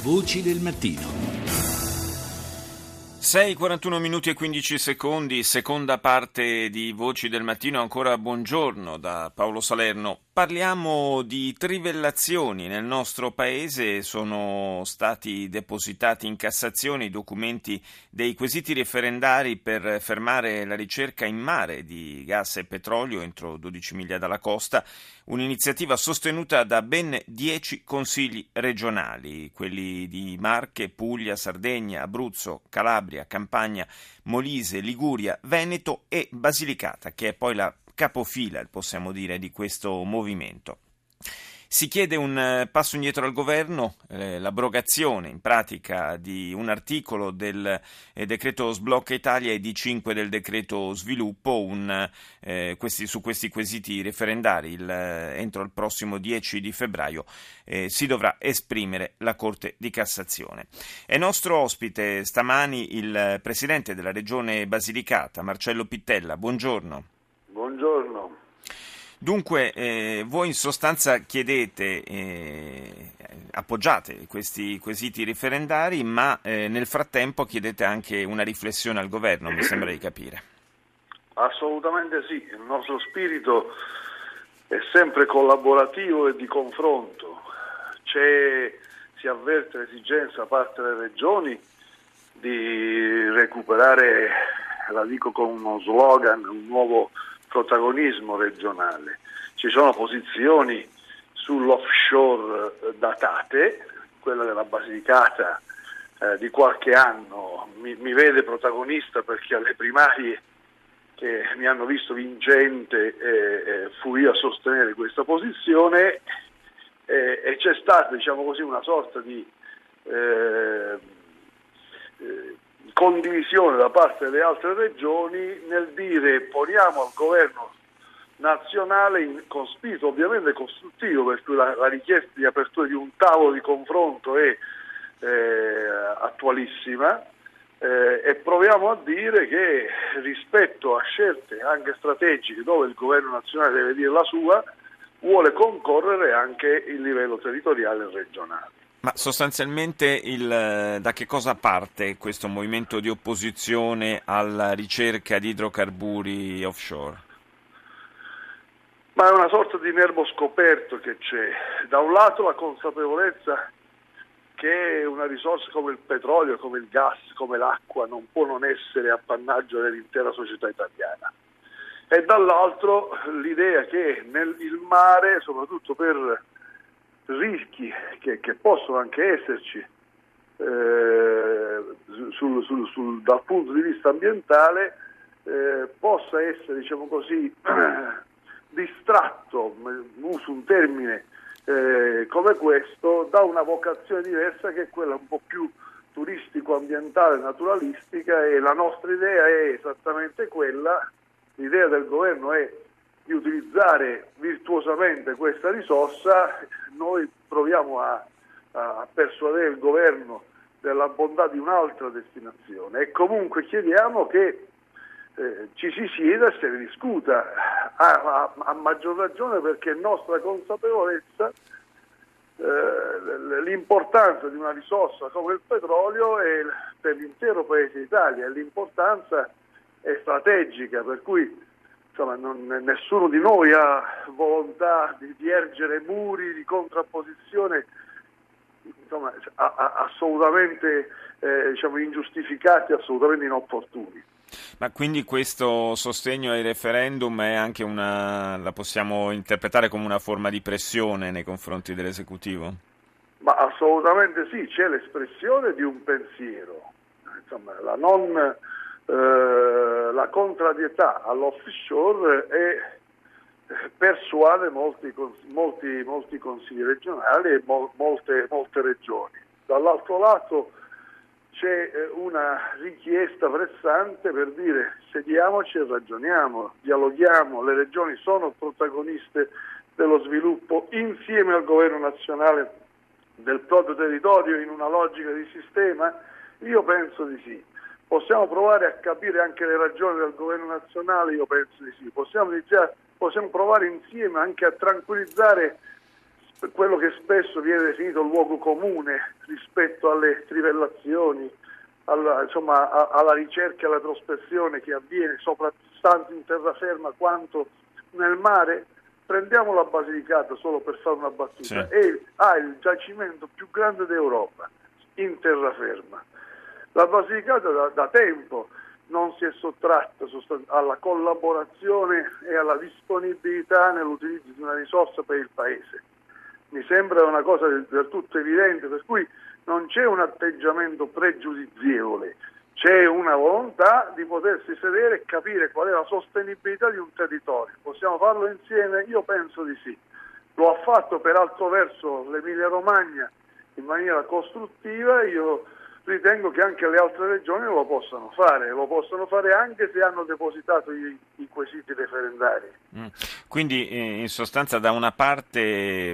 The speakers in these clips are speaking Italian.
Voci del mattino. 6:41 minuti e 15 secondi, seconda parte di Voci del Mattino. Ancora buongiorno da Paolo Salerno. Parliamo di trivellazioni. Nel nostro paese sono stati depositati in Cassazione i documenti dei quesiti referendari per fermare la ricerca in mare di gas e petrolio entro 12 miglia dalla costa, un'iniziativa sostenuta da ben 10 consigli regionali, quelli di Marche, Puglia, Sardegna, Abruzzo, Calabria, Campania, Molise, Liguria, Veneto e Basilicata, che è poi la capofila, possiamo dire, di questo movimento. Si chiede un passo indietro al governo, l'abrogazione in pratica di un articolo del decreto Sblocca Italia e di 5 del decreto Sviluppo, su questi quesiti referendari entro il prossimo 10 di febbraio si dovrà esprimere la Corte di Cassazione. È nostro ospite stamani il presidente della Regione Basilicata, Marcello Pittella. Buongiorno. Buongiorno. Dunque, voi in sostanza chiedete, appoggiate questi quesiti referendari, ma nel frattempo chiedete anche una riflessione al governo, mi sembra di capire. Assolutamente sì, il nostro spirito è sempre collaborativo e di confronto. Si avverte l'esigenza da parte delle regioni di recuperare, la dico con uno slogan, un nuovo protagonismo regionale. Ci sono posizioni sull'offshore datate, quella della Basilicata di qualche anno mi vede protagonista, perché alle primarie che mi hanno visto vincente fui io a sostenere questa posizione e c'è stata, diciamo così, una sorta di condivisione da parte delle altre regioni nel dire: poniamo al governo nazionale, con spirito ovviamente costruttivo, per cui la richiesta di apertura di un tavolo di confronto è attualissima, e proviamo a dire che rispetto a scelte anche strategiche dove il governo nazionale deve dire la sua, vuole concorrere anche il livello territoriale e regionale. Ma sostanzialmente da che cosa parte questo movimento di opposizione alla ricerca di idrocarburi offshore? Ma è una sorta di nervo scoperto che c'è. Da un lato la consapevolezza che una risorsa come il petrolio, come il gas, come l'acqua non può non essere appannaggio dell'intera società italiana. E dall'altro l'idea che il mare, soprattutto per rischi che possono anche esserci dal punto di vista ambientale, possa essere, diciamo così, distratto, uso un termine come questo, da una vocazione diversa, che è quella un po' più turistico-ambientale, naturalistica, e la nostra idea è esattamente quella. L'idea del governo è di utilizzare virtuosamente questa risorsa. Noi proviamo a persuadere il governo della bontà di un'altra destinazione e comunque chiediamo che ci si sieda e se ne discuta, a maggior ragione perché è nostra consapevolezza l'importanza di una risorsa come il petrolio per l'intero paese Italia, e l'importanza è strategica, per cui insomma nessuno di noi ha volontà di ergere muri di contrapposizione, insomma, assolutamente ingiustificati, assolutamente inopportuni. Ma quindi questo sostegno ai referendum è anche la possiamo interpretare come una forma di pressione nei confronti dell'esecutivo? Ma assolutamente sì, c'è l'espressione di un pensiero, insomma, la contrarietà all'offshore persuade molti consigli regionali e molte regioni. Dall'altro lato c'è una richiesta pressante per dire: sediamoci e ragioniamo, dialoghiamo, le regioni sono protagoniste dello sviluppo insieme al governo nazionale del proprio territorio in una logica di sistema? Io penso di sì. Possiamo provare a capire anche le ragioni del governo nazionale? Io penso di sì. Possiamo provare insieme anche a tranquillizzare quello che spesso viene definito luogo comune rispetto alle trivellazioni, alla ricerca e alla prospezione che avviene tanto in terraferma quanto nel mare. Prendiamo la Basilicata solo per fare una battuta, Sì. Ha il giacimento più grande d'Europa in terraferma. La Basilicata da tempo non si è sottratta alla collaborazione e alla disponibilità nell'utilizzo di una risorsa per il Paese. Mi sembra una cosa del tutto evidente, per cui non c'è un atteggiamento pregiudizievole, c'è una volontà di potersi sedere e capire qual è la sostenibilità di un territorio. Possiamo farlo insieme? Io penso di sì. Lo ha fatto per altro verso l'Emilia Romagna in maniera costruttiva, io ritengo che anche le altre regioni lo possano fare anche se hanno depositato i quesiti referendari. Quindi in sostanza da una parte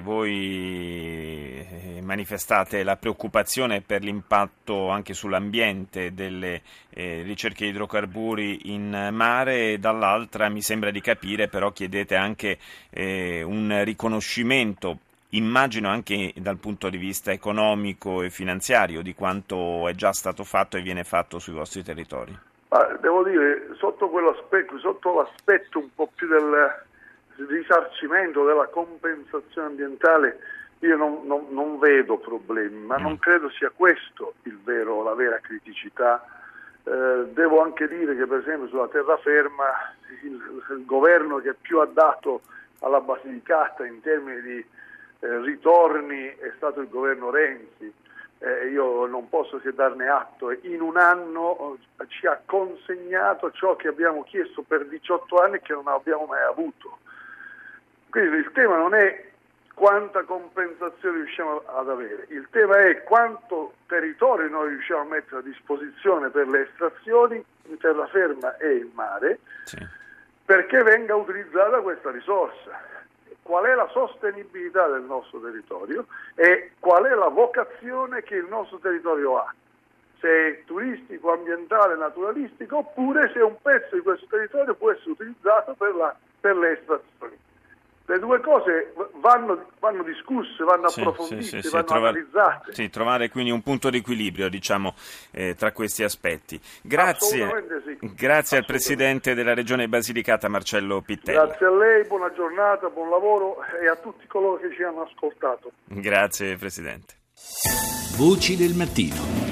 voi manifestate la preoccupazione per l'impatto anche sull'ambiente delle ricerche di idrocarburi in mare, e dall'altra mi sembra di capire però chiedete anche un riconoscimento, immagino anche dal punto di vista economico e finanziario, di quanto è già stato fatto e viene fatto sui vostri territori. Devo dire, sotto l'aspetto un po' più del risarcimento, della compensazione ambientale, io non vedo problemi, ma non credo sia questo la vera criticità. Devo anche dire che per esempio sulla terraferma il governo che più ha dato alla Basilicata in termini di ritorni è stato il governo Renzi. Io non posso che darne atto, e in un anno ci ha consegnato ciò che abbiamo chiesto per 18 anni e che non abbiamo mai avuto. Quindi il tema non è quanta compensazione riusciamo ad avere, il tema è quanto territorio noi riusciamo a mettere a disposizione per le estrazioni in terraferma e in mare, sì, perché venga utilizzata questa risorsa. Qual è la sostenibilità del nostro territorio e qual è la vocazione che il nostro territorio ha, se è turistico, ambientale, naturalistico, oppure se un pezzo di questo territorio può essere utilizzato per le estrazioni. Le due cose vanno discusse, vanno approfondite, vanno analizzate. Sì, trovare quindi un punto di equilibrio, diciamo, tra questi aspetti. Grazie. Sì. Grazie al Presidente della Regione Basilicata, Marcello Pittella. Grazie a lei, buona giornata, buon lavoro e a tutti coloro che ci hanno ascoltato. Grazie Presidente. Voci del mattino.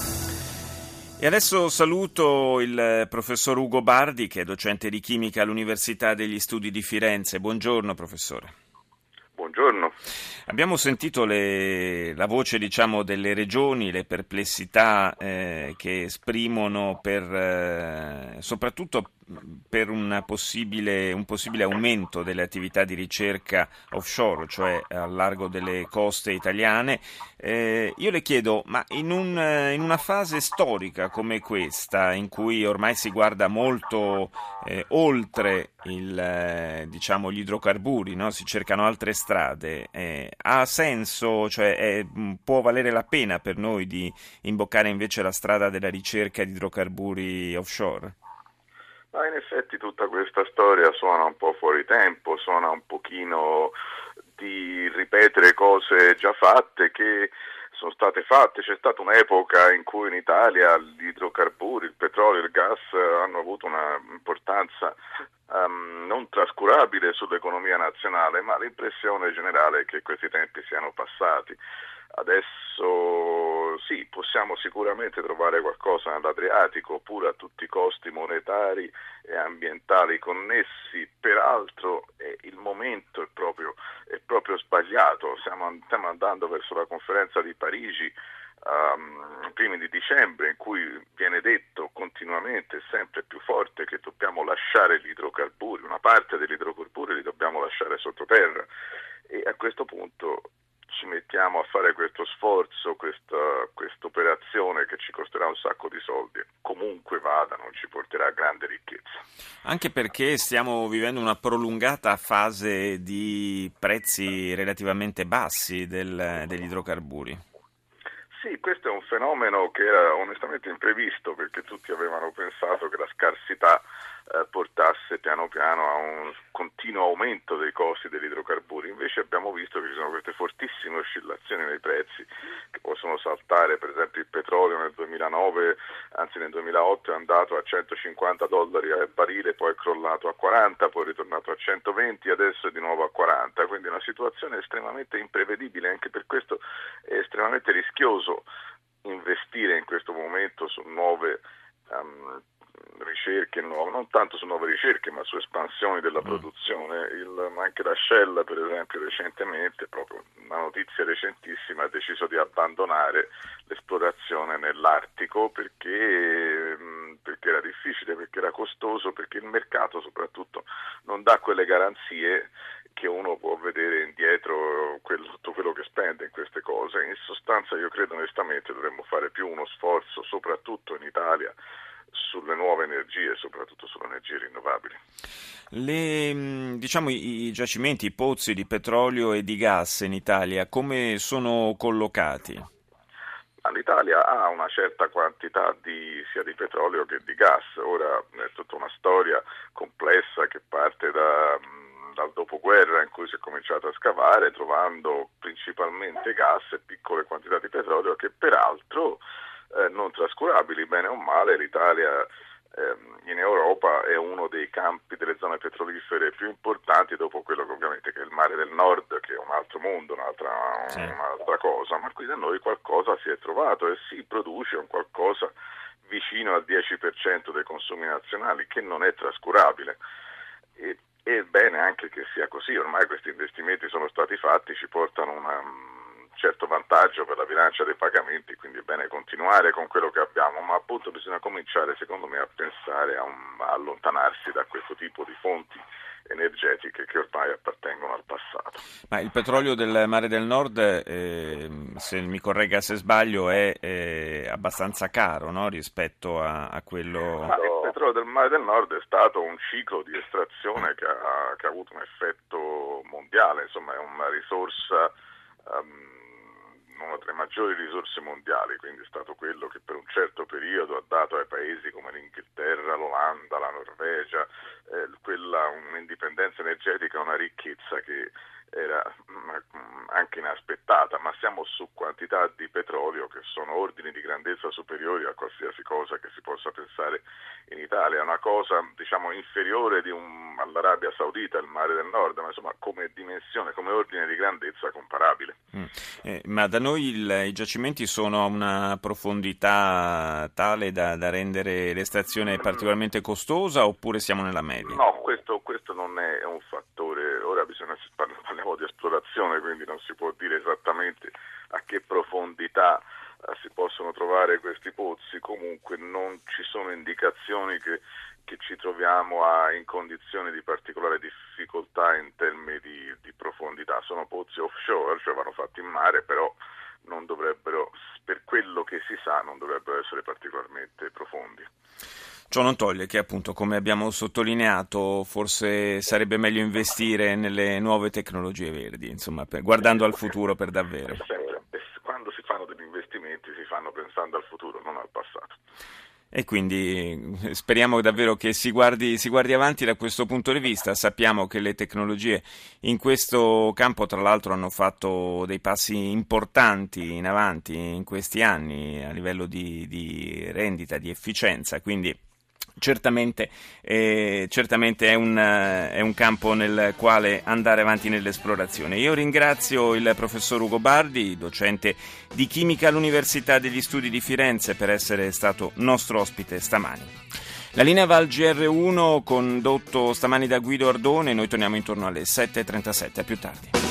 E adesso saluto il professor Ugo Bardi, che è docente di chimica all'Università degli Studi di Firenze. Buongiorno professore. Buongiorno. Abbiamo sentito la voce, diciamo, delle regioni, le perplessità che esprimono soprattutto per un possibile aumento delle attività di ricerca offshore, cioè al largo delle coste italiane. Io le chiedo, ma in una fase storica come questa, in cui ormai si guarda molto oltre gli idrocarburi, no? Si cercano altre strade, ha senso, cioè può valere la pena per noi di imboccare invece la strada della ricerca di idrocarburi offshore? Ma in effetti tutta questa storia suona un po' fuori tempo, suona un pochino di ripetere cose già fatte che sono state fatte. C'è stata un'epoca in cui in Italia gli idrocarburi, il petrolio e il gas hanno avuto una importanza non trascurabile sull'economia nazionale, ma l'impressione generale è che questi tempi siano passati. Adesso sì, possiamo sicuramente trovare qualcosa nell'Adriatico, oppure a tutti i costi monetari e ambientali connessi. Peraltro il momento è proprio sbagliato. Stiamo andando verso la conferenza di Parigi primi di dicembre, in cui viene detto continuamente, sempre più forte, che dobbiamo lasciare gli idrocarburi, una parte degli idrocarburi li dobbiamo lasciare sottoterra, e a questo punto ci mettiamo a fare questo sforzo, questa operazione che ci costerà un sacco di soldi, comunque vada, non ci porterà a grande ricchezza. Anche perché stiamo vivendo una prolungata fase di prezzi relativamente bassi degli idrocarburi. Sì, questo è un fenomeno che era onestamente imprevisto, perché tutti avevano pensato che la scarsità portasse piano piano a un continuo aumento dei costi degli idrocarburi. Invece abbiamo visto che ci sono queste fortissime oscillazioni nei prezzi che possono saltare. Per esempio il petrolio nel 2009, anzi nel 2008 è andato a $150 al barile, poi è crollato a 40, poi è ritornato a 120, adesso è di nuovo a 40, quindi è una situazione estremamente imprevedibile. Anche per questo è estremamente rischioso investire in questo momento su nuove ricerche, non tanto su nuove ricerche ma su espansioni della produzione. Anche la Shell, per esempio, recentemente, proprio una notizia recentissima, ha deciso di abbandonare l'esplorazione nell'Artico perché era difficile, perché era costoso, perché il mercato soprattutto non dà quelle garanzie che uno può vedere indietro tutto quello che spende in queste cose. In sostanza io credo onestamente dovremmo fare più uno sforzo, soprattutto in Italia, sulle nuove energie, soprattutto sulle energie rinnovabili. I giacimenti, i pozzi di petrolio e di gas in Italia come sono collocati? L'Italia ha una certa quantità sia di petrolio che di gas. Ora è tutta una storia complessa che parte dal dopoguerra, in cui si è cominciato a scavare trovando principalmente gas e piccole quantità di petrolio che peraltro non trascurabili. Bene o male l'Italia in Europa è uno dei campi, delle zone petrolifere più importanti, dopo quello che ovviamente che è il Mare del Nord, che è un altro mondo, un'altra cosa, ma qui da noi qualcosa si è trovato e si produce un qualcosa vicino al 10% dei consumi nazionali, che non è trascurabile. È bene anche che sia così. Ormai questi investimenti sono stati fatti, ci portano un certo vantaggio per la bilancia dei pagamenti, quindi è bene continuare con quello che abbiamo, ma appunto bisogna cominciare, secondo me, a pensare a allontanarsi da questo tipo di fonti energetiche che ormai appartengono al passato. Ma il petrolio del Mare del Nord, se mi corregga se sbaglio, è abbastanza caro, no? Rispetto a quello... Il petrolio del Mare del Nord è stato un ciclo di estrazione che ha avuto un effetto mondiale, insomma è una risorsa, una delle maggiori risorse mondiali, quindi è stato quello che per un certo periodo ha dato ai paesi come l'Inghilterra, l'Olanda, la Norvegia, un'indipendenza energetica, una ricchezza che era anche inaspettata, ma siamo su quantità di petrolio che sono ordini di grandezza superiori a qualsiasi cosa che si possa pensare in Italia. È una cosa, inferiore all'Arabia Saudita, il Mare del Nord, ma insomma come dimensione, come ordine di grandezza comparabile. Ma da noi i giacimenti sono a una profondità tale da rendere l'estrazione particolarmente costosa, oppure siamo nella media? No, questo non è un fattore. Ora parliamo di esplorazione, quindi non si può dire esattamente a che profondità si possono trovare questi pozzi. Comunque non ci sono indicazioni che ci troviamo in condizioni di particolare difficoltà in termini di profondità. Sono pozzi offshore, cioè vanno fatti in mare, però non dovrebbero, per quello che si sa, non dovrebbero essere particolarmente profondi. Ciò non toglie che, appunto, come abbiamo sottolineato, forse sarebbe meglio investire nelle nuove tecnologie verdi, insomma, guardando al futuro per davvero. Quando si fanno degli investimenti si fanno pensando al futuro, non al passato. E quindi speriamo davvero che si guardi avanti da questo punto di vista. Sappiamo che le tecnologie in questo campo, tra l'altro, hanno fatto dei passi importanti in avanti in questi anni a livello di rendita, di efficienza, quindi certamente è un campo nel quale andare avanti nell'esplorazione. Io ringrazio il professor Ugo Bardi, docente di chimica all'Università degli Studi di Firenze, per essere stato nostro ospite stamani. La linea va al GR1 condotto stamani da Guido Ardone. Noi torniamo intorno alle 7:37. A più tardi.